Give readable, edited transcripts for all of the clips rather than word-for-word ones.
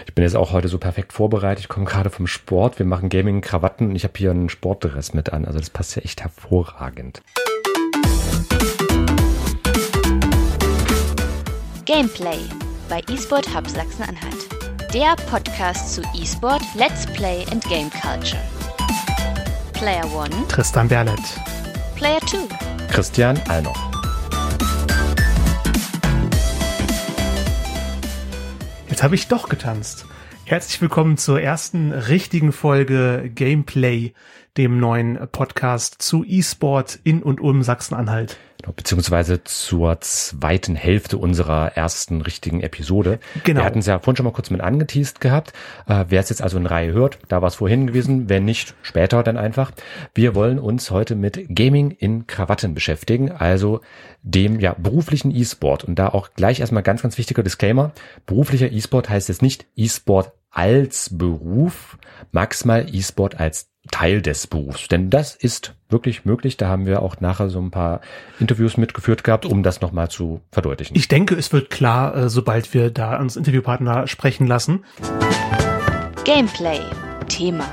Ich bin jetzt auch heute so perfekt vorbereitet. Ich komme gerade vom Sport. Wir machen Gaming in Krawatten und ich habe hier einen Sportdress mit an. Also das passt ja echt hervorragend. Gameplay bei eSport Hub Sachsen-Anhalt. Der Podcast zu eSport, Let's Play and Game Culture. Player 1 Tristan Berlet. Player 2 Christian Allnoch. Jetzt habe ich doch getanzt. Herzlich willkommen zur ersten richtigen Folge Gameplay, dem neuen Podcast zu eSport in und um Sachsen-Anhalt. Beziehungsweise zur zweiten Hälfte unserer ersten richtigen Episode. Genau. Wir hatten es ja vorhin schon mal kurz mit angeteast gehabt. Wer es jetzt also in Reihe hört, da war es vorhin gewesen. Wenn nicht, später dann einfach. Wir wollen uns heute mit Gaming in Krawatten beschäftigen, also dem beruflichen E-Sport. Und da auch gleich erstmal ganz, ganz wichtiger Disclaimer. Beruflicher E-Sport heißt jetzt nicht E-Sport als Beruf, maximal E-Sport als Teil des Berufs. Denn das ist wirklich möglich. Da haben wir auch nachher so ein paar Interviews mitgeführt gehabt, um das nochmal zu verdeutlichen. Ich denke, es wird klar, sobald wir da uns Interviewpartner sprechen lassen. Gameplay Thema.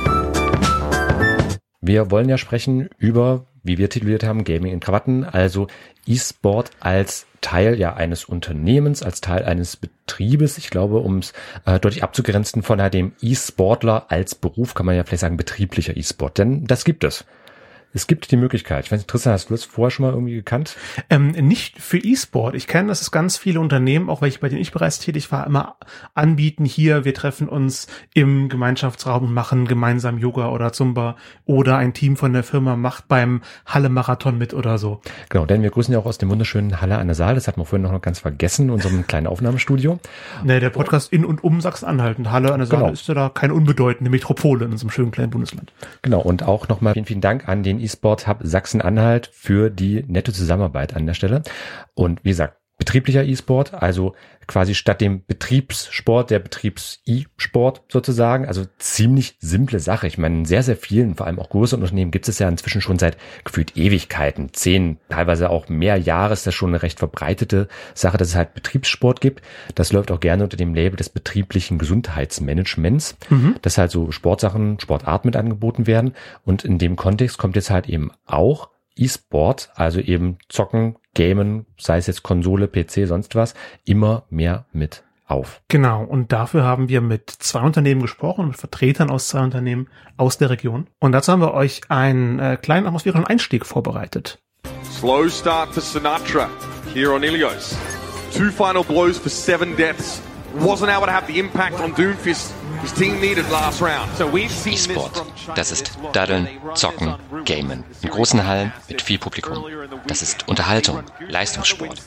Wir wollen ja sprechen über, wie wir tituliert haben, Gaming in Krawatten, also E-Sport als Teil eines Unternehmens, als Teil eines Betriebes. Ich glaube, um es deutlich abzugrenzen von dem E-Sportler als Beruf, kann man ja vielleicht sagen betrieblicher E-Sport, denn das gibt es. Es gibt die Möglichkeit. Ich weiß nicht, Tristan, hast du das vorher schon mal irgendwie gekannt? Nicht für E-Sport. Ich kenne, dass es ganz viele Unternehmen, auch welche bei denen ich bereits tätig war, immer anbieten, hier, wir treffen uns im Gemeinschaftsraum und machen gemeinsam Yoga oder Zumba oder ein Team von der Firma macht beim Halle-Marathon mit oder so. Genau, denn wir grüßen ja auch aus dem wunderschönen Halle an der Saal. Das hatten wir vorhin noch ganz vergessen, in unserem kleinen Aufnahmestudio. Ne, der Podcast in und um Sachsen-Anhalt. Und Halle an der Saal ist ja da keine unbedeutende Metropole in unserem schönen kleinen Bundesland. Genau, und auch nochmal vielen, vielen Dank an den eSport Hub Sachsen-Anhalt für die nette Zusammenarbeit an der Stelle. Und wie gesagt, betrieblicher E-Sport, also quasi statt dem Betriebssport, der Betriebs-E-Sport sozusagen, also ziemlich simple Sache. Ich meine, in sehr, sehr vielen, vor allem auch größeren Unternehmen gibt es ja inzwischen schon seit gefühlt Ewigkeiten, 10, teilweise auch mehr Jahre ist das schon eine recht verbreitete Sache, dass es halt Betriebssport gibt. Das läuft auch gerne unter dem Label des betrieblichen Gesundheitsmanagements, dass halt so Sportsachen, Sportarten mit angeboten werden. Und in dem Kontext kommt jetzt halt eben auch E-Sport, also eben Zocken, Gamen, sei es jetzt Konsole, PC, sonst was, immer mehr mit auf. Genau, und dafür haben wir mit 2 Unternehmen gesprochen, mit Vertretern aus 2 Unternehmen aus der Region. Und dazu haben wir euch einen kleinen atmosphärischen Einstieg vorbereitet. Slow start for Sinatra here on Ilios. 2 final blows for 7 deaths. Wasn't able to have the impact on Doomfist. His team needed last round. E-Sport, das ist Daddeln, Zocken, Gamen. In großen Hallen mit viel Publikum. Das ist Unterhaltung, Leistungssport.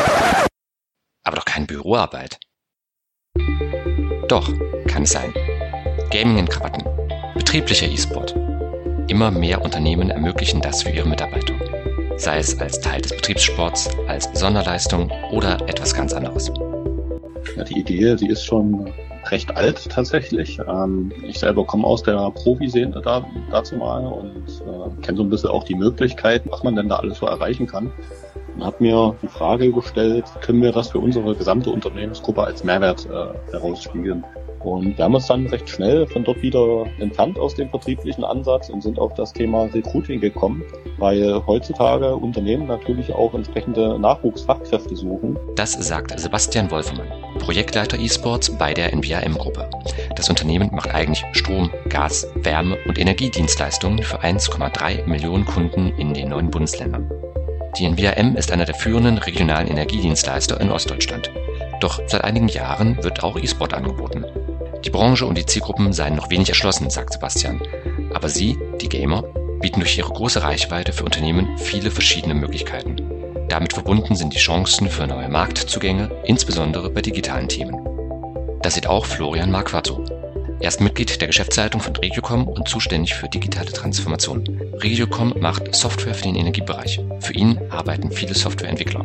Aber doch keine Büroarbeit. Doch, kann es sein. Gaming in Krawatten. Betrieblicher E-Sport. Immer mehr Unternehmen ermöglichen das für ihre Mitarbeiter. Sei es als Teil des Betriebssports, als Sonderleistung oder etwas ganz anderes. Ja, die Idee, die ist schon recht alt tatsächlich. Ich selber komme aus der Profi-Szene dazu mal und kenne so ein bisschen auch die Möglichkeit, was man denn da alles so erreichen kann. Und habe mir die Frage gestellt, können wir das für unsere gesamte Unternehmensgruppe als Mehrwert herausspiegeln? Und wir haben uns dann recht schnell von dort wieder entfernt aus dem vertrieblichen Ansatz und sind auf das Thema Recruiting gekommen, weil heutzutage Unternehmen natürlich auch entsprechende Nachwuchsfachkräfte suchen. Das sagt Sebastian Wolfermann, Projektleiter E-Sports bei der NVRM-Gruppe. Das Unternehmen macht eigentlich Strom, Gas, Wärme und Energiedienstleistungen für 1,3 Millionen Kunden in den 9 Bundesländern. Die NVRM ist einer der führenden regionalen Energiedienstleister in Ostdeutschland. Doch seit einigen Jahren wird auch E-Sport angeboten. Die Branche und die Zielgruppen seien noch wenig erschlossen, sagt Sebastian. Aber sie, die Gamer, bieten durch ihre große Reichweite für Unternehmen viele verschiedene Möglichkeiten. Damit verbunden sind die Chancen für neue Marktzugänge, insbesondere bei digitalen Themen. Das sieht auch Florian Marquardt so. Er ist Mitglied der Geschäftsleitung von Regiocom und zuständig für digitale Transformation. Regiocom macht Software für den Energiebereich. Für ihn arbeiten viele Softwareentwickler.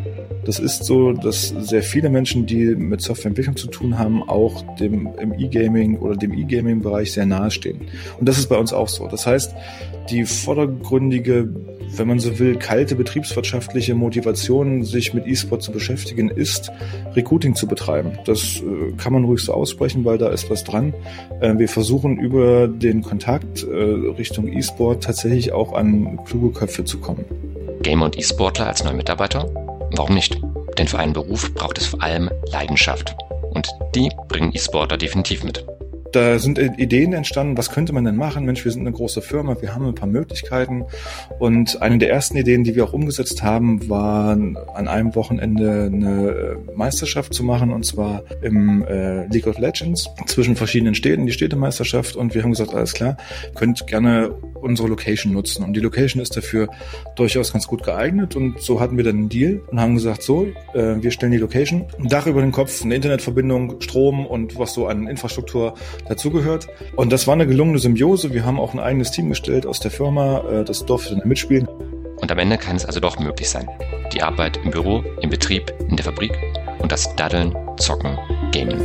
Das ist so, dass sehr viele Menschen, die mit Softwareentwicklung zu tun haben, auch dem E-Gaming oder dem E-Gaming-Bereich sehr nahestehen. Und das ist bei uns auch so. Das heißt, die vordergründige, wenn man so will, kalte betriebswirtschaftliche Motivation, sich mit E-Sport zu beschäftigen, ist, Recruiting zu betreiben. Das kann man ruhig so aussprechen, weil da ist was dran. Wir versuchen über den Kontakt Richtung E-Sport tatsächlich auch an kluge Köpfe zu kommen. Gamer und E-Sportler als neue Mitarbeiter? Warum nicht? Denn für einen Beruf braucht es vor allem Leidenschaft. Und die bringen E-Sportler definitiv mit. Da sind Ideen entstanden, was könnte man denn machen? Mensch, wir sind eine große Firma, wir haben ein paar Möglichkeiten. Und eine der ersten Ideen, die wir auch umgesetzt haben, war an einem Wochenende eine Meisterschaft zu machen, und zwar im League of Legends zwischen verschiedenen Städten, die Städtemeisterschaft. Und wir haben gesagt, alles klar, könnt gerne unsere Location nutzen. Und die Location ist dafür durchaus ganz gut geeignet. Und so hatten wir dann einen Deal und haben gesagt, so, wir stellen die Location, ein Dach über den Kopf, eine Internetverbindung, Strom und was so an Infrastruktur dazugehört. Und das war eine gelungene Symbiose. Wir haben auch ein eigenes Team gestellt aus der Firma. Das durfte dann mitspielen. Und am Ende kann es also doch möglich sein. Die Arbeit im Büro, im Betrieb, in der Fabrik und das Daddeln, Zocken, Gamen.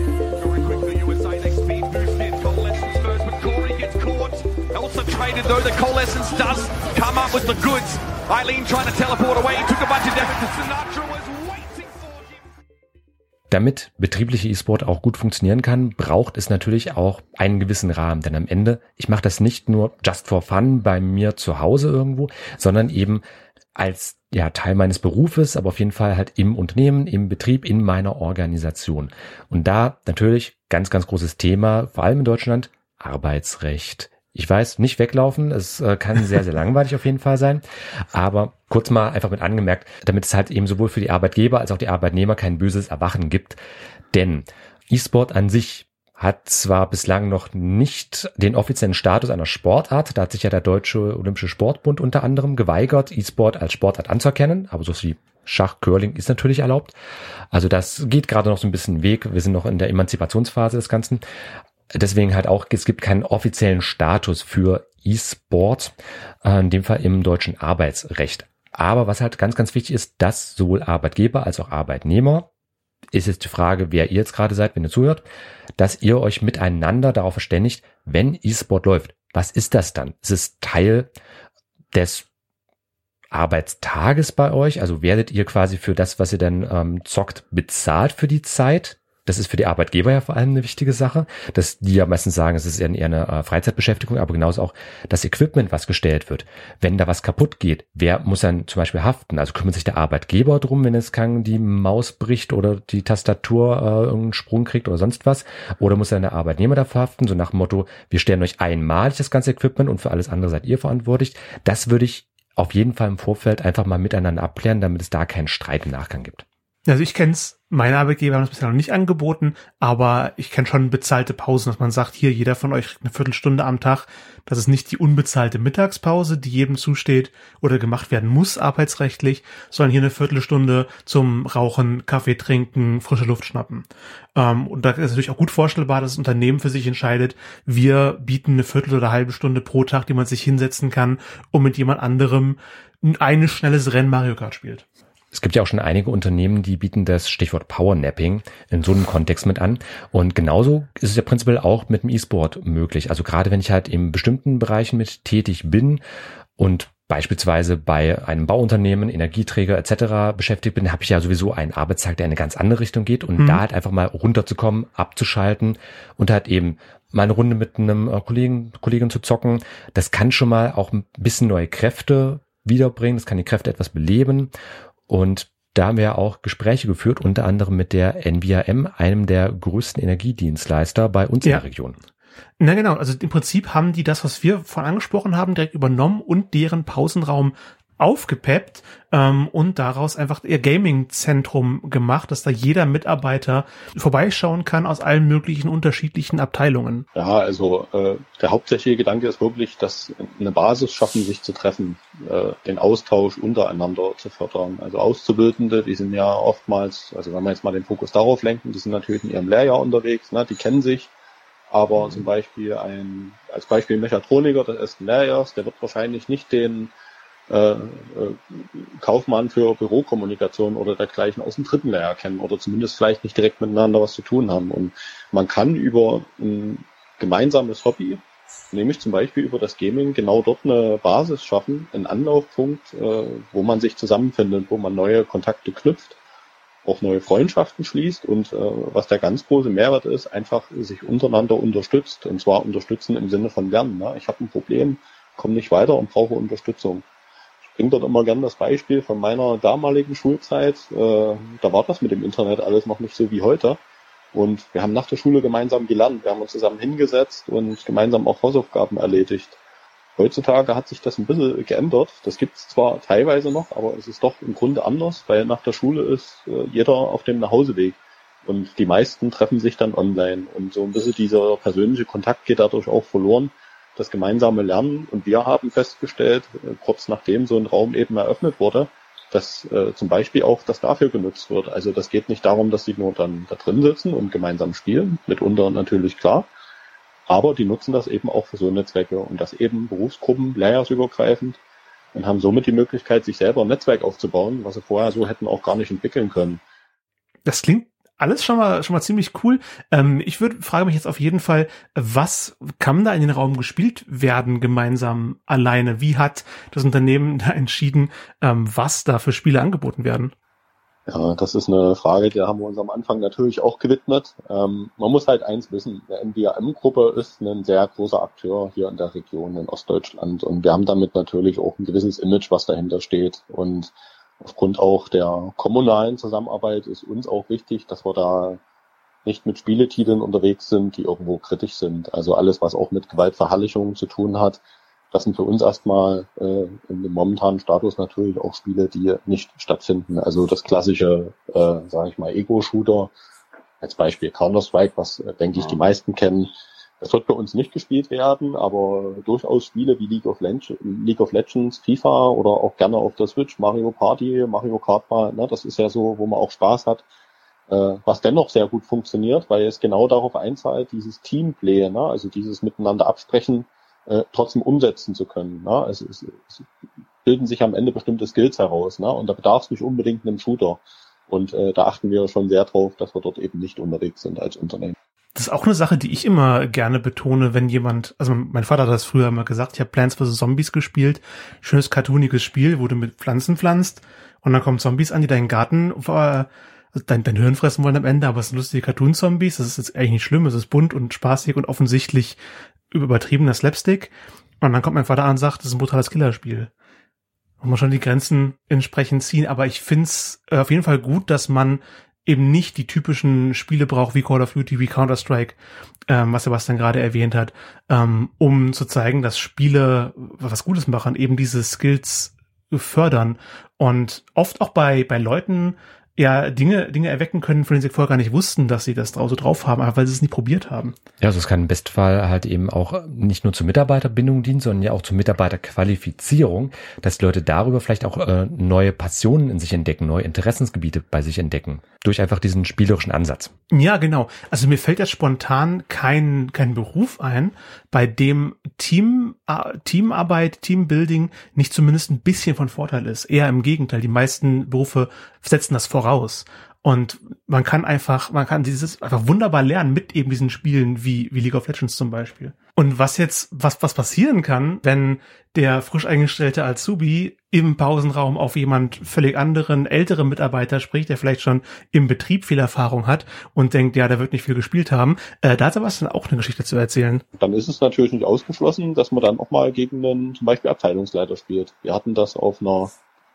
Damit betriebliche E-Sport auch gut funktionieren kann, braucht es natürlich auch einen gewissen Rahmen. Denn am Ende, ich mache das nicht nur just for fun bei mir zu Hause irgendwo, sondern eben als Teil meines Berufes, aber auf jeden Fall halt im Unternehmen, im Betrieb, in meiner Organisation. Und da natürlich ganz, ganz großes Thema, vor allem in Deutschland, Arbeitsrecht. Ich weiß, nicht weglaufen, es kann sehr, sehr langweilig auf jeden Fall sein, aber kurz mal einfach mit angemerkt, damit es halt eben sowohl für die Arbeitgeber als auch die Arbeitnehmer kein böses Erwachen gibt, denn E-Sport an sich hat zwar bislang noch nicht den offiziellen Status einer Sportart, da hat sich ja der Deutsche Olympische Sportbund unter anderem geweigert, E-Sport als Sportart anzuerkennen, aber so wie Schach, Curling ist natürlich erlaubt, also das geht gerade noch so ein bisschen Weg, wir sind noch in der Emanzipationsphase des Ganzen. Deswegen halt auch, es gibt keinen offiziellen Status für E-Sport, in dem Fall im deutschen Arbeitsrecht. Aber was halt ganz, ganz wichtig ist, dass sowohl Arbeitgeber als auch Arbeitnehmer, ist jetzt die Frage, wer ihr jetzt gerade seid, wenn ihr zuhört, dass ihr euch miteinander darauf verständigt, wenn E-Sport läuft. Was ist das dann? Ist es Teil des Arbeitstages bei euch? Also werdet ihr quasi für das, was ihr dann zockt, bezahlt für die Zeit? Das ist für die Arbeitgeber ja vor allem eine wichtige Sache, dass die ja meistens sagen, es ist eher eine Freizeitbeschäftigung, aber genauso auch das Equipment, was gestellt wird. Wenn da was kaputt geht, wer muss dann zum Beispiel haften? Also kümmert sich der Arbeitgeber drum, wenn es die Maus bricht oder die Tastatur irgendeinen Sprung kriegt oder sonst was? Oder muss dann der Arbeitnehmer dafür haften? So nach dem Motto, wir stellen euch einmalig das ganze Equipment und für alles andere seid ihr verantwortlich. Das würde ich auf jeden Fall im Vorfeld einfach mal miteinander abklären, damit es da keinen Streit im Nachgang gibt. Also ich kenn's, meine Arbeitgeber haben es bisher noch nicht angeboten, aber ich kenne schon bezahlte Pausen, dass man sagt, hier, jeder von euch kriegt eine Viertelstunde am Tag. Das ist nicht die unbezahlte Mittagspause, die jedem zusteht oder gemacht werden muss arbeitsrechtlich, sondern hier eine Viertelstunde zum Rauchen, Kaffee trinken, frische Luft schnappen. Und da ist natürlich auch gut vorstellbar, dass das Unternehmen für sich entscheidet, wir bieten eine Viertel oder halbe Stunde pro Tag, die man sich hinsetzen kann, um mit jemand anderem ein schnelles Rennen Mario Kart spielt. Es gibt ja auch schon einige Unternehmen, die bieten das Stichwort Powernapping in so einem Kontext mit an. Und genauso ist es ja prinzipiell auch mit dem E-Sport möglich. Also gerade wenn ich halt in bestimmten Bereichen mit tätig bin und beispielsweise bei einem Bauunternehmen, Energieträger etc. beschäftigt bin, habe ich ja sowieso einen Arbeitstag, der in eine ganz andere Richtung geht. Und da halt einfach mal runterzukommen, abzuschalten und halt eben mal eine Runde mit einem Kollegen zu zocken, das kann schon mal auch ein bisschen neue Kräfte wiederbringen. Das kann die Kräfte etwas beleben. Und da haben wir ja auch Gespräche geführt, unter anderem mit der NBAM, einem der größten Energiedienstleister bei uns in der Region. Na genau, also im Prinzip haben die das, was wir vorhin angesprochen haben, direkt übernommen und deren Pausenraum aufgepeppt und daraus einfach ihr Gaming-Zentrum gemacht, dass da jeder Mitarbeiter vorbeischauen kann aus allen möglichen unterschiedlichen Abteilungen. Ja, also der hauptsächliche Gedanke ist wirklich, dass eine Basis schaffen, sich zu treffen, den Austausch untereinander zu fördern. Also Auszubildende, die sind ja oftmals, also wenn wir jetzt mal den Fokus darauf lenken, die sind natürlich in ihrem Lehrjahr unterwegs, ne, die kennen sich, aber zum Beispiel als Beispiel Mechatroniker des ersten Lehrjahrs, der wird wahrscheinlich nicht den Kaufmann für Bürokommunikation oder dergleichen aus dem dritten Lehrjahr kennen oder zumindest vielleicht nicht direkt miteinander was zu tun haben. Und man kann über ein gemeinsames Hobby, nämlich zum Beispiel über das Gaming, genau dort eine Basis schaffen, einen Anlaufpunkt, wo man sich zusammenfindet, wo man neue Kontakte knüpft, auch neue Freundschaften schließt und was der ganz große Mehrwert ist, einfach sich untereinander unterstützt, und zwar unterstützen im Sinne von Lernen. Ne? Ich habe ein Problem, komme nicht weiter und brauche Unterstützung. Ich bringe dort immer gerne das Beispiel von meiner damaligen Schulzeit. Da war das mit dem Internet alles noch nicht so wie heute. Und wir haben nach der Schule gemeinsam gelernt. Wir haben uns zusammen hingesetzt und gemeinsam auch Hausaufgaben erledigt. Heutzutage hat sich das ein bisschen geändert. Das gibt es zwar teilweise noch, aber es ist doch im Grunde anders, weil nach der Schule ist jeder auf dem Nachhauseweg. Und die meisten treffen sich dann online. Und so ein bisschen dieser persönliche Kontakt geht dadurch auch verloren. Das gemeinsame Lernen. Und wir haben festgestellt, kurz nachdem so ein Raum eben eröffnet wurde, dass zum Beispiel auch das dafür genutzt wird. Also das geht nicht darum, dass sie nur dann da drin sitzen und gemeinsam spielen, mitunter natürlich klar, aber die nutzen das eben auch für so eine Zwecke und das eben Berufsgruppen, lehrjahrsübergreifend, und haben somit die Möglichkeit, sich selber ein Netzwerk aufzubauen, was sie vorher so hätten auch gar nicht entwickeln können. Das klingt alles schon mal ziemlich cool. Frage mich jetzt auf jeden Fall, was kann da in den Raum gespielt werden gemeinsam alleine? Wie hat das Unternehmen da entschieden, was da für Spiele angeboten werden? Ja, das ist eine Frage, der haben wir uns am Anfang natürlich auch gewidmet. Man muss halt eins wissen, der NBAM-Gruppe ist ein sehr großer Akteur hier in der Region in Ostdeutschland und wir haben damit natürlich auch ein gewisses Image, was dahinter steht, und aufgrund auch der kommunalen Zusammenarbeit ist uns auch wichtig, dass wir da nicht mit Spieletiteln unterwegs sind, die irgendwo kritisch sind. Also alles, was auch mit Gewaltverherrlichung zu tun hat, das sind für uns erstmal in dem momentanen Status natürlich auch Spiele, die nicht stattfinden. Also das klassische, sage ich mal, Ego-Shooter, als Beispiel Counter-Strike, was denke ich die meisten kennen. Das wird bei uns nicht gespielt werden, aber durchaus Spiele wie League of Legends, FIFA oder auch gerne auf der Switch, Mario Party, Mario Kart, ne, das ist ja so, wo man auch Spaß hat, was dennoch sehr gut funktioniert, weil es genau darauf einzahlt, dieses Teamplay, ne, also dieses Miteinander absprechen, trotzdem umsetzen zu können. Ne? Es bilden sich am Ende bestimmte Skills heraus, ne? Und da bedarf es nicht unbedingt einem Shooter. Und da achten wir schon sehr drauf, dass wir dort eben nicht unterwegs sind als Unternehmen. Das ist auch eine Sache, die ich immer gerne betone, wenn jemand, also mein Vater hat das früher immer gesagt, ich habe Plants vs. Zombies gespielt, schönes cartooniges Spiel, wo du mit Pflanzen pflanzt und dann kommen Zombies an, die deinen Garten, dein Hirn fressen wollen am Ende, aber es sind lustige Cartoon-Zombies, das ist jetzt eigentlich nicht schlimm, es ist bunt und spaßig und offensichtlich übertriebener Slapstick, und dann kommt mein Vater an und sagt, das ist ein brutales Killerspiel. Muss man schon die Grenzen entsprechend ziehen, aber ich find's auf jeden Fall gut, dass man eben nicht die typischen Spiele braucht wie Call of Duty, wie Counter-Strike, was Sebastian gerade erwähnt hat, um zu zeigen, dass Spiele was Gutes machen, eben diese Skills fördern und oft auch bei Leuten ja Dinge erwecken können, von denen sie vorher gar nicht wussten, dass sie das so drauf haben, einfach weil sie es nicht probiert haben. Ja, also es kann im Bestfall halt eben auch nicht nur zur Mitarbeiterbindung dienen, sondern ja auch zur Mitarbeiterqualifizierung, dass die Leute darüber vielleicht auch neue Passionen in sich entdecken, neue Interessensgebiete bei sich entdecken, durch einfach diesen spielerischen Ansatz. Ja, genau. Also mir fällt jetzt spontan kein Beruf ein, bei dem Teamarbeit, Teambuilding nicht zumindest ein bisschen von Vorteil ist. Eher im Gegenteil. Die meisten Berufe setzen das voraus. Und man kann dieses einfach wunderbar lernen mit eben diesen Spielen wie League of Legends zum Beispiel. Und was passieren kann, wenn der frisch eingestellte Azubi im Pausenraum auf jemand völlig anderen, älteren Mitarbeiter spricht, der vielleicht schon im Betrieb viel Erfahrung hat und denkt, ja, der wird nicht viel gespielt haben. Da hat Sebastian auch eine Geschichte zu erzählen. Dann ist es natürlich nicht ausgeschlossen, dass man dann auch mal gegen einen zum Beispiel Abteilungsleiter spielt. Wir hatten das auf einer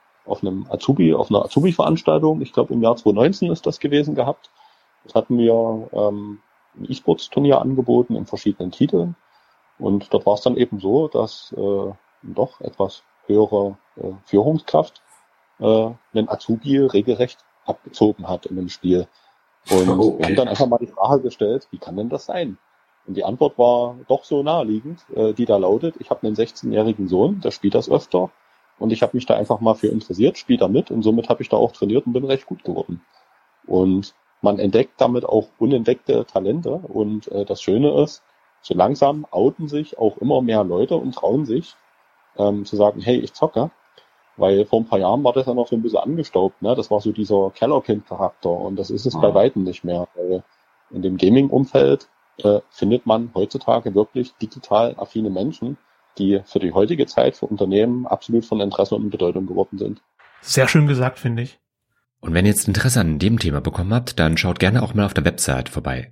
Azubi-Veranstaltung, ich glaube im Jahr 2019 ist das gewesen gehabt. Das hatten wir ein E-Sports-Turnier angeboten in verschiedenen Titeln. Und dort war es dann eben so, dass doch etwas höhere Führungskraft einen Azubi regelrecht abgezogen hat in dem Spiel. Und wir haben dann einfach mal die Frage gestellt, wie kann denn das sein? Und die Antwort war doch so naheliegend, die da lautet, ich habe einen 16-jährigen Sohn, der spielt das öfter. Und ich habe mich da einfach mal für interessiert, spiele da mit und somit habe ich da auch trainiert und bin recht gut geworden. Und man entdeckt damit auch unentdeckte Talente und das Schöne ist, so langsam outen sich auch immer mehr Leute und trauen sich zu sagen, hey, ich zocke. Weil vor ein paar Jahren war das ja noch so ein bisschen angestaubt, ne? Das war so dieser Kellerkind-Charakter und das ist es bei Weitem nicht mehr. Weil in dem Gaming-Umfeld findet man heutzutage wirklich digital affine Menschen, die für die heutige Zeit, für Unternehmen absolut von Interesse und Bedeutung geworden sind. Sehr schön gesagt, finde ich. Und wenn ihr jetzt Interesse an dem Thema bekommen habt, dann schaut gerne auch mal auf der Website vorbei,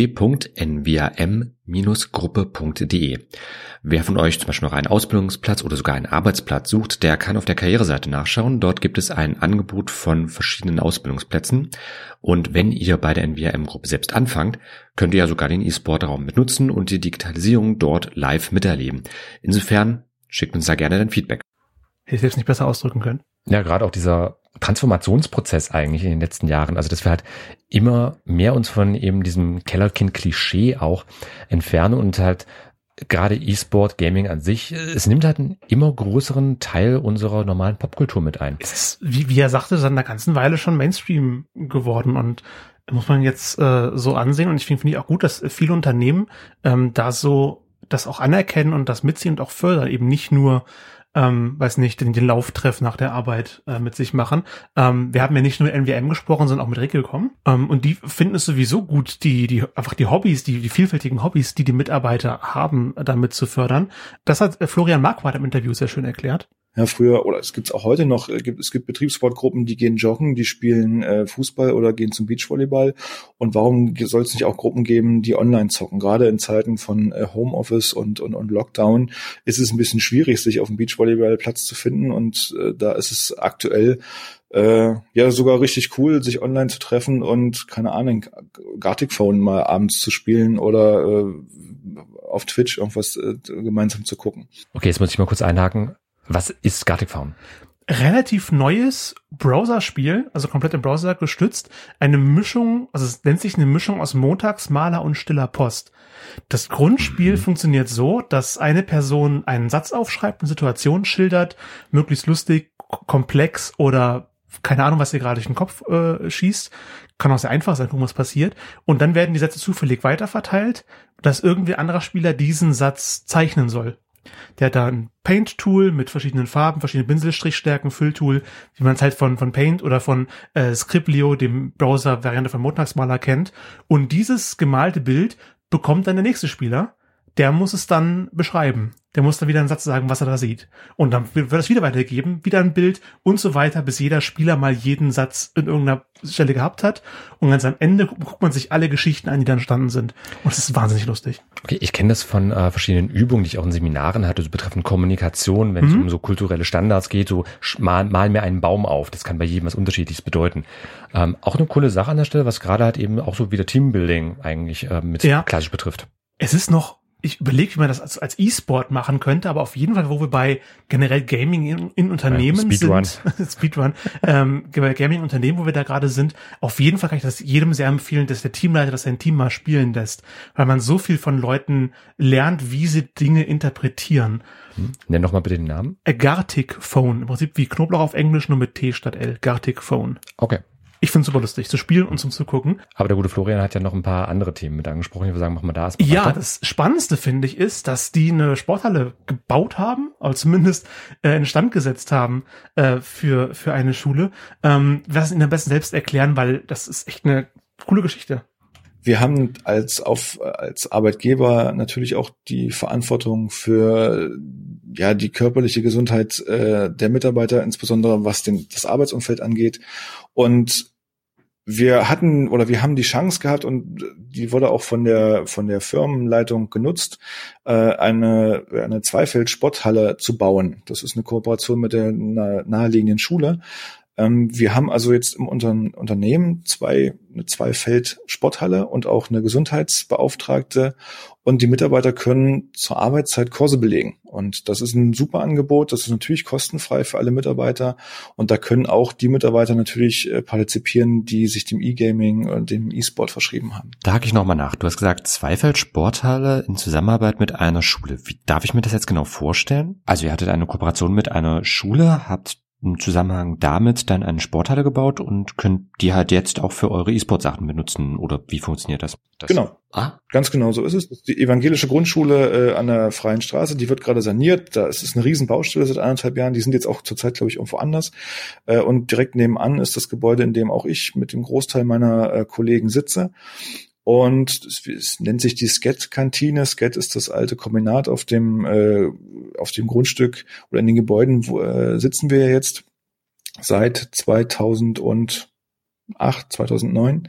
www.nvam-gruppe.de. Wer von euch zum Beispiel noch einen Ausbildungsplatz oder sogar einen Arbeitsplatz sucht, der kann auf der Karriereseite nachschauen. Dort gibt es ein Angebot von verschiedenen Ausbildungsplätzen. Und wenn ihr bei der NVM-Gruppe selbst anfangt, könnt ihr ja sogar den E-Sport-Raum mitnutzen und die Digitalisierung dort live miterleben. Insofern schickt uns da gerne dein Feedback. Hätte ich selbst nicht besser ausdrücken können. Ja, gerade auch dieser Transformationsprozess eigentlich in den letzten Jahren, also dass wir halt immer mehr uns von eben diesem Kellerkind-Klischee auch entfernen und halt gerade E-Sport, Gaming an sich, es nimmt halt einen immer größeren Teil unserer normalen Popkultur mit ein. Es ist, wie er sagte, seit einer ganzen Weile schon Mainstream geworden und muss man jetzt so ansehen und ich finde ich auch gut, dass viele Unternehmen da so das auch anerkennen und das mitziehen und auch fördern, eben nicht nur weiß nicht, den Lauftreff nach der Arbeit mit sich machen. Wir haben ja nicht nur NVM gesprochen, sondern auch mit Rick gekommen. Und die finden es sowieso gut, die einfach die Hobbys, die vielfältigen Hobbys, die Mitarbeiter haben, damit zu fördern. Das hat Florian Marquardt im Interview sehr schön erklärt. Ja, früher, oder es gibt's auch heute noch, es gibt Betriebssportgruppen, die gehen joggen, die spielen Fußball oder gehen zum Beachvolleyball. Und warum soll es nicht auch Gruppen geben, die online zocken? Gerade in Zeiten von Homeoffice und Lockdown ist es ein bisschen schwierig, sich auf dem Beachvolleyballplatz zu finden. Und da ist es aktuell ja sogar richtig cool, sich online zu treffen und, keine Ahnung, Gartic Phone mal abends zu spielen oder auf Twitch irgendwas gemeinsam zu gucken. Okay, jetzt muss ich mal kurz einhaken. Was ist Gartic Phone? Relativ neues Browserspiel, also komplett im Browser gestützt. Eine Mischung, also es nennt sich eine Mischung aus Montagsmaler und Stiller Post. Das Grundspiel funktioniert so, dass eine Person einen Satz aufschreibt, eine Situation schildert, möglichst lustig, komplex oder keine Ahnung, was ihr gerade durch den Kopf schießt. Kann auch sehr einfach sein, gucken, was passiert. Und dann werden die Sätze zufällig weiterverteilt, dass irgendwie anderer Spieler diesen Satz zeichnen soll. Der hat da ein Paint-Tool mit verschiedenen Farben, verschiedene Pinselstrichstärken, Fülltool, wie man es halt von Paint oder von Scriblio, dem Browser-Variante von Montagsmaler kennt. Und dieses gemalte Bild bekommt dann der nächste Spieler. Der muss es dann beschreiben. Der muss dann wieder einen Satz sagen, was er da sieht. Und dann wird es wieder weitergegeben, wieder ein Bild und so weiter, bis jeder Spieler mal jeden Satz in irgendeiner Stelle gehabt hat. Und ganz am Ende guckt man sich alle Geschichten an, die da entstanden sind. Und es ist wahnsinnig lustig. Okay, ich kenne das von verschiedenen Übungen, die ich auch in Seminaren hatte, so betreffend Kommunikation, wenn es um so kulturelle Standards geht, so mal mir einen Baum auf. Das kann bei jedem was Unterschiedliches bedeuten. Auch eine coole Sache an der Stelle, was gerade halt eben auch so wieder Teambuilding eigentlich mit klassisch betrifft. Es ist noch, ich überlege, wie man das als E-Sport machen könnte, aber auf jeden Fall, wo wir bei generell Gaming in Unternehmen sind, Speedrun, bei Gaming-Unternehmen, wo wir da gerade sind, auf jeden Fall kann ich das jedem sehr empfehlen, dass der Teamleiter das sein Team mal spielen lässt, weil man so viel von Leuten lernt, wie sie Dinge interpretieren. Nenn doch mal bitte den Namen. Gartic Phone, im Prinzip wie Knoblauch auf Englisch, nur mit T statt L. Gartic Phone. Okay. Ich finde es super lustig, zu spielen und zum zu gucken. Aber der gute Florian hat ja noch ein paar andere Themen mit angesprochen. Ich würde sagen, machen wir da erstmal weiter. Ja, das Spannendste, finde ich, ist, dass die eine Sporthalle gebaut haben, oder zumindest in Stand gesetzt haben für eine Schule. Lass es Ihnen am besten selbst erklären, weil das ist echt eine coole Geschichte. Wir haben als Arbeitgeber natürlich auch die Verantwortung für die körperliche Gesundheit der Mitarbeiter, insbesondere was das Arbeitsumfeld angeht. Und wir haben die Chance gehabt und die wurde auch von der Firmenleitung genutzt, eine Zweifeld-Sporthalle zu bauen. Das ist eine Kooperation mit der naheliegenden Schule. Wir haben also jetzt im Unternehmen eine Zweifeld-Sporthalle und auch eine Gesundheitsbeauftragte und die Mitarbeiter können zur Arbeitszeit Kurse belegen. Und das ist ein super Angebot, das ist natürlich kostenfrei für alle Mitarbeiter und da können auch die Mitarbeiter natürlich partizipieren, die sich dem E-Gaming und dem E-Sport verschrieben haben. Da hake ich nochmal nach. Du hast gesagt, Zweifeld-Sporthalle in Zusammenarbeit mit einer Schule. Wie darf ich mir das jetzt genau vorstellen? Also ihr hattet eine Kooperation mit einer Schule, habt im Zusammenhang damit dann eine Sporthalle gebaut und könnt die halt jetzt auch für eure E-Sport-Sachen benutzen, oder wie funktioniert das? Genau. Ganz genau so ist es. Das ist die evangelische Grundschule an der Freien Straße, die wird gerade saniert. Da ist es eine riesen Baustelle seit 1,5 Jahren. Die sind jetzt auch zurzeit, glaube ich, irgendwo anders. Und direkt nebenan ist das Gebäude, in dem auch ich mit dem Großteil meiner Kollegen sitze. Und es nennt sich die Sket-Kantine. Sket ist das alte Kombinat auf dem Grundstück oder in den Gebäuden, wo sitzen wir jetzt seit 2008, 2009.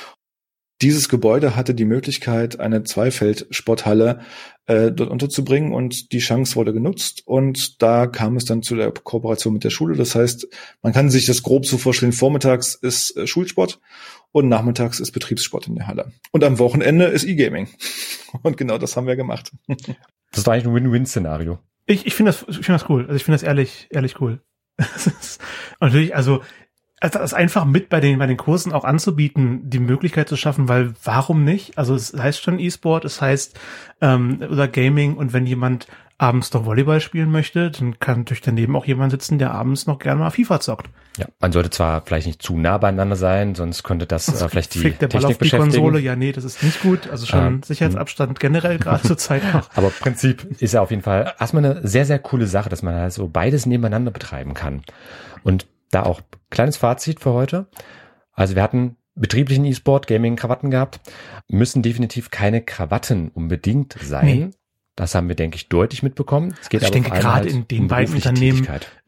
Dieses Gebäude hatte die Möglichkeit, eine Zweifeld-Sporthalle dort unterzubringen, und die Chance wurde genutzt, und da kam es dann zu der Kooperation mit der Schule. Das heißt, man kann sich das grob so vorstellen, vormittags ist Schulsport und nachmittags ist Betriebssport in der Halle. Und am Wochenende ist E-Gaming. Und genau das haben wir gemacht. Das ist eigentlich ein Win-Win-Szenario. Ich finde das cool. Also ich finde das ehrlich cool. Natürlich, also das einfach mit bei den Kursen auch anzubieten, die Möglichkeit zu schaffen, weil warum nicht? Also es heißt schon E-Sport, es heißt oder Gaming, und wenn jemand abends noch Volleyball spielen möchte, dann kann natürlich daneben auch jemand sitzen, der abends noch gerne mal FIFA zockt. Ja, man sollte zwar vielleicht nicht zu nah beieinander sein, sonst könnte das vielleicht die Technik der Ball auf die Konsole, ja, nee, das ist nicht gut. Also schon Sicherheitsabstand generell gerade zur Zeit noch. Aber Prinzip ist ja auf jeden Fall erstmal eine sehr, sehr coole Sache, dass man halt so beides nebeneinander betreiben kann. Und da auch kleines Fazit für heute. Also wir hatten betrieblichen E-Sport, Gaming-Krawatten gehabt, müssen definitiv keine Krawatten unbedingt sein. Nee. Das haben wir, denke ich, deutlich mitbekommen. Es geht also ich aber denke, gerade in den beiden Unternehmen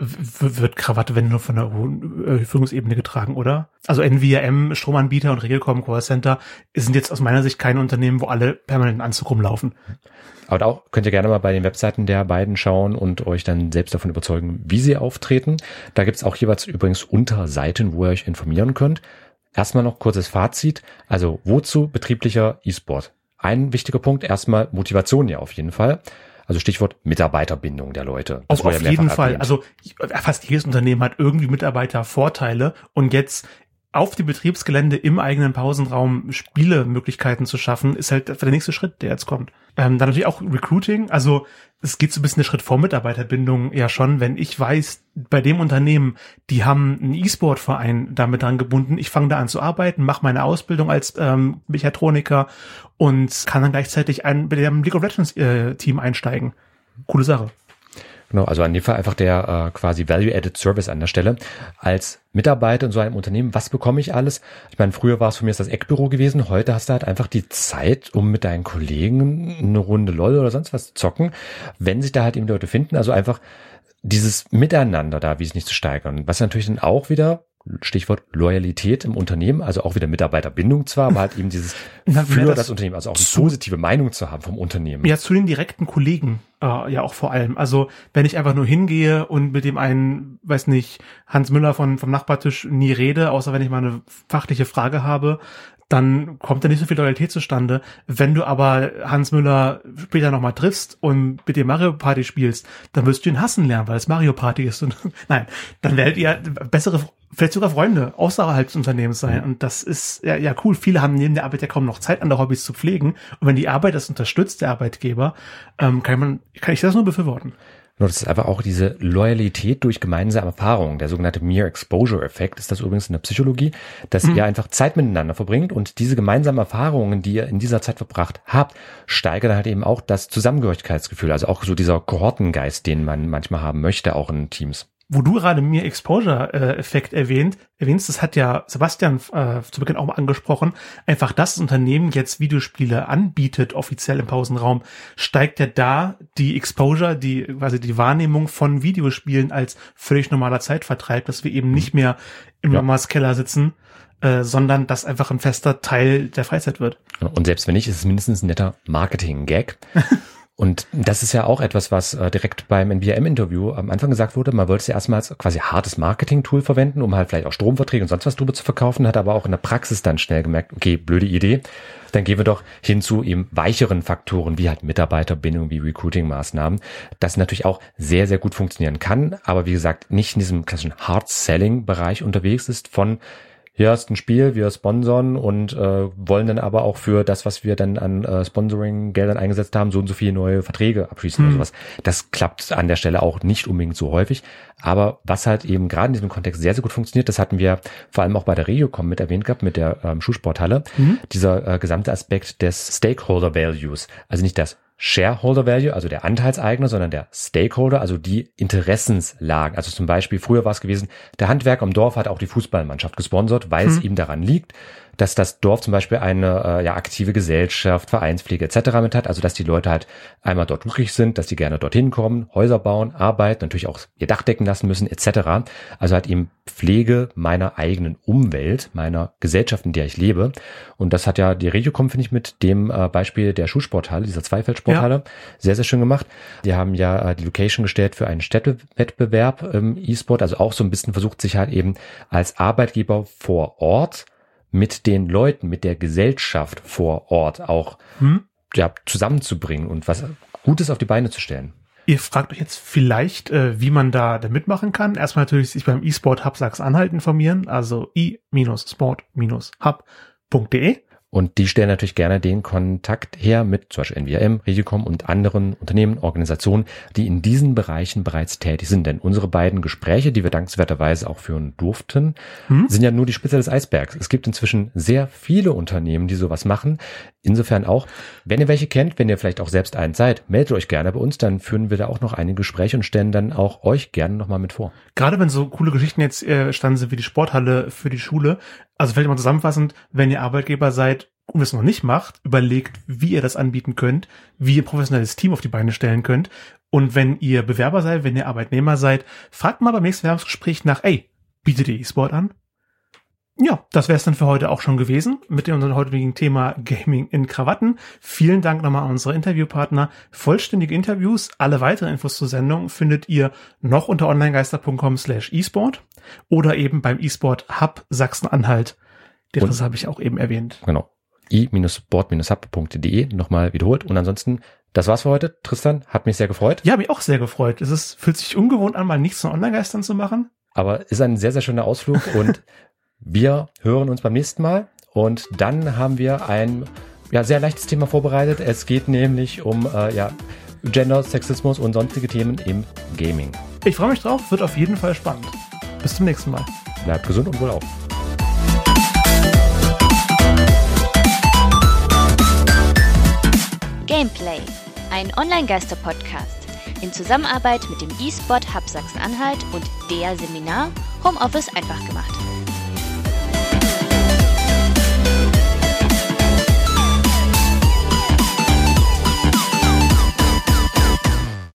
wird Krawatte, wenn nur von der hohen Führungsebene getragen, oder? Also NVRM, Stromanbieter und Regelcom Callcenter sind jetzt aus meiner Sicht keine Unternehmen, wo alle permanent in Anzug rumlaufen. Aber auch könnt ihr gerne mal bei den Webseiten der beiden schauen und euch dann selbst davon überzeugen, wie sie auftreten. Da gibt's auch jeweils übrigens Unterseiten, wo ihr euch informieren könnt. Erstmal noch kurzes Fazit. Also wozu betrieblicher E-Sport? Ein wichtiger Punkt, erstmal Motivation ja auf jeden Fall. Also Stichwort Mitarbeiterbindung der Leute. Das auf jeden Fall. Erwähnt. Also fast jedes Unternehmen hat irgendwie Mitarbeitervorteile, und jetzt auf dem Betriebsgelände im eigenen Pausenraum Spielemöglichkeiten zu schaffen, ist halt der nächste Schritt, der jetzt kommt. Dann natürlich auch Recruiting. Also es geht so ein bisschen der Schritt vor Mitarbeiterbindung ja schon, wenn ich weiß, bei dem Unternehmen, die haben einen E-Sport-Verein damit dran gebunden, ich fange da an zu arbeiten, mache meine Ausbildung als Mechatroniker und kann dann gleichzeitig bei dem League of Legends Team einsteigen. Coole Sache. Genau, also in dem Fall einfach der quasi Value-Added Service an der Stelle. Als Mitarbeiter in so einem Unternehmen, was bekomme ich alles? Ich meine, früher war es von mir das Eckbüro gewesen, heute hast du halt einfach die Zeit, um mit deinen Kollegen eine Runde LOL oder sonst was zu zocken, wenn sich da halt eben Leute finden. Also einfach dieses Miteinander da, wie es nicht zu steigern. Was natürlich dann auch wieder, Stichwort Loyalität im Unternehmen, also auch wieder Mitarbeiterbindung zwar, aber halt eben dieses für das Unternehmen, also auch eine positive Meinung zu haben vom Unternehmen. Ja, zu den direkten Kollegen ja auch vor allem. Also wenn ich einfach nur hingehe und mit dem einen, weiß nicht, Hans Müller vom Nachbartisch nie rede, außer wenn ich mal eine fachliche Frage habe, dann kommt da nicht so viel Loyalität zustande. Wenn du aber Hans Müller später nochmal triffst und mit dem Mario Party spielst, dann wirst du ihn hassen lernen, weil es Mario Party ist. Und nein, dann werdet ihr bessere, vielleicht sogar Freunde außerhalb des Unternehmens sein. Und das ist ja cool. Viele haben neben der Arbeit ja kaum noch Zeit, andere Hobbys zu pflegen. Und wenn die Arbeit das unterstützt, der Arbeitgeber, kann ich das nur befürworten. Das ist einfach auch diese Loyalität durch gemeinsame Erfahrungen. Der sogenannte Mere Exposure Effekt ist das übrigens in der Psychologie, dass ihr einfach Zeit miteinander verbringt und diese gemeinsamen Erfahrungen, die ihr in dieser Zeit verbracht habt, steigern halt eben auch das Zusammengehörigkeitsgefühl. Also auch so dieser Kohortengeist, den man manchmal haben möchte, auch in Teams. Wo du gerade mir Exposure-Effekt erwähnst, das hat ja Sebastian zu Beginn auch mal angesprochen, einfach das Unternehmen jetzt Videospiele anbietet, offiziell im Pausenraum, steigt ja da die Exposure, quasi die Wahrnehmung von Videospielen als völlig normaler Zeitvertreib, dass wir eben nicht mehr im Mamas Keller sitzen, sondern das einfach ein fester Teil der Freizeit wird. Und selbst wenn nicht, ist es mindestens ein netter Marketing-Gag. Und das ist ja auch etwas, was direkt beim NBRM-Interview am Anfang gesagt wurde. Man wollte es ja erstmal als quasi hartes Marketing-Tool verwenden, um halt vielleicht auch Stromverträge und sonst was drüber zu verkaufen, hat aber auch in der Praxis dann schnell gemerkt, okay, blöde Idee. Dann gehen wir doch hin zu eben weicheren Faktoren, wie halt Mitarbeiterbindung, wie Recruiting-Maßnahmen, das natürlich auch sehr, sehr gut funktionieren kann, aber wie gesagt, nicht in diesem klassischen Hard-Selling-Bereich unterwegs ist von hier hast ein Spiel, wir sponsern und wollen dann aber auch für das, was wir dann an Sponsoring-Geldern eingesetzt haben, so und so viele neue Verträge abschließen oder sowas. Das klappt an der Stelle auch nicht unbedingt so häufig. Aber was halt eben gerade in diesem Kontext sehr, sehr gut funktioniert, das hatten wir vor allem auch bei der Regiocom mit erwähnt gehabt, mit der Schuhsporthalle, dieser gesamte Aspekt des Stakeholder Values, also nicht das Shareholder Value, also der Anteilseigner, sondern der Stakeholder, also die Interessenslagen. Also zum Beispiel, früher war es gewesen, der Handwerker im Dorf hat auch die Fußballmannschaft gesponsert, weil es ihm daran liegt, dass das Dorf zum Beispiel eine aktive Gesellschaft, Vereinspflege etc. mit hat, also dass die Leute halt einmal dort glücklich sind, dass die gerne dorthin kommen, Häuser bauen, arbeiten, natürlich auch ihr Dach decken lassen müssen etc. Also halt eben Pflege meiner eigenen Umwelt, meiner Gesellschaft, in der ich lebe. Und das hat ja die Regiocom, finde ich, mit dem Beispiel der Schuhsporthalle, dieser Zweifeldsporthalle, sehr, sehr schön gemacht. Die haben ja die Location gestellt für einen Städtewettbewerb im E-Sport, also auch so ein bisschen versucht, sich halt eben als Arbeitgeber vor Ort mit den Leuten, mit der Gesellschaft vor Ort auch zusammenzubringen und was Gutes auf die Beine zu stellen. Ihr fragt euch jetzt vielleicht, wie man da mitmachen kann. Erstmal natürlich sich beim eSport Hub Sachsen-Anhalt informieren, also i-sport-hub.de. Und die stellen natürlich gerne den Kontakt her mit zum Beispiel NVM, Regiocom und anderen Unternehmen, Organisationen, die in diesen Bereichen bereits tätig sind. Denn unsere beiden Gespräche, die wir dankenswerterweise auch führen durften, sind ja nur die Spitze des Eisbergs. Es gibt inzwischen sehr viele Unternehmen, die sowas machen. Insofern auch, wenn ihr welche kennt, wenn ihr vielleicht auch selbst einen seid, meldet euch gerne bei uns, dann führen wir da auch noch einige Gespräche und stellen dann auch euch gerne nochmal mit vor. Gerade wenn so coole Geschichten jetzt standen sind wie die Sporthalle für die Schule, also vielleicht mal zusammenfassend, wenn ihr Arbeitgeber seid und es noch nicht macht, überlegt, wie ihr das anbieten könnt, wie ihr professionelles Team auf die Beine stellen könnt. Und wenn ihr Bewerber seid, wenn ihr Arbeitnehmer seid, fragt mal beim nächsten Bewerbungsgespräch nach, bietet ihr E-Sport an? Ja, das wäre es dann für heute auch schon gewesen mit unserem heutigen Thema Gaming in Krawatten. Vielen Dank nochmal an unsere Interviewpartner. Vollständige Interviews, alle weiteren Infos zur Sendung findet ihr noch unter onlinegeister.com/esport oder eben beim eSport Hub Sachsen-Anhalt. Die Adresse habe ich auch eben erwähnt. Genau. i-sport-hub.de nochmal wiederholt. Und ansonsten, das war's für heute. Tristan, hat mich sehr gefreut. Ja, mich auch sehr gefreut. Fühlt sich ungewohnt an, mal nichts von Online-Geistern zu machen. Aber ist ein sehr, sehr schöner Ausflug und wir hören uns beim nächsten Mal. Und dann haben wir ein sehr leichtes Thema vorbereitet. Es geht nämlich um Gender, Sexismus und sonstige Themen im Gaming. Ich freue mich drauf, wird auf jeden Fall spannend. Bis zum nächsten Mal. Bleibt gesund und wohlauf. Gameplay, ein Online-Geister-Podcast in Zusammenarbeit mit dem eSport Hub Sachsen-Anhalt und der Seminar Homeoffice einfach gemacht.